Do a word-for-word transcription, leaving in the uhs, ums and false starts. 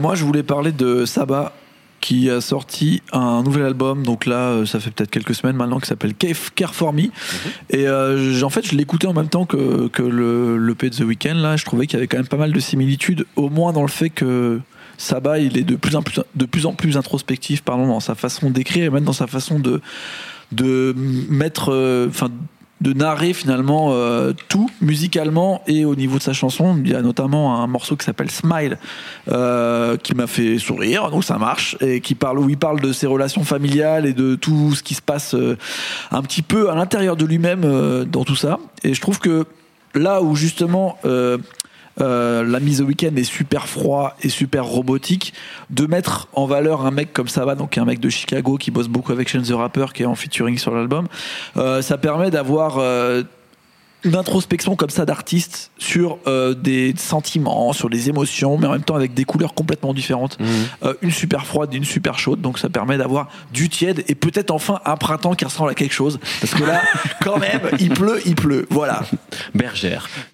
Moi, je voulais parler de Saba, qui a sorti un nouvel album, donc là ça fait peut-être quelques semaines maintenant, qui s'appelle Care For Me. Mm-hmm. Et euh, en fait je l'écoutais en même temps que, que le, le E P de The Weeknd. Là je trouvais qu'il y avait quand même pas mal de similitudes, au moins dans le fait que Saba il est de plus en plus, de plus, en plus introspectif, pardon, dans sa façon d'écrire et même dans sa façon de, de mettre enfin euh, de narrer finalement euh, tout musicalement et au niveau de sa chanson. Il y a notamment un morceau qui s'appelle Smile euh, qui m'a fait sourire, donc ça marche, et qui parle, où il parle de ses relations familiales et de tout ce qui se passe euh, un petit peu à l'intérieur de lui-même euh, dans tout ça. Et je trouve que là où justement euh, Euh, la mise au week-end est super froid et super robotique, de mettre en valeur un mec comme Saba, donc un mec de Chicago qui bosse beaucoup avec Chance the Rapper, qui est en featuring sur l'album, euh, ça permet d'avoir euh, une introspection comme ça d'artiste sur euh, des sentiments, sur des émotions, mais en même temps avec des couleurs complètement différentes. Mmh. Euh, une super froide, une super chaude, donc ça permet d'avoir du tiède et peut-être enfin un printemps qui ressemble à quelque chose, parce que là quand même il pleut, il pleut, voilà. Bergère.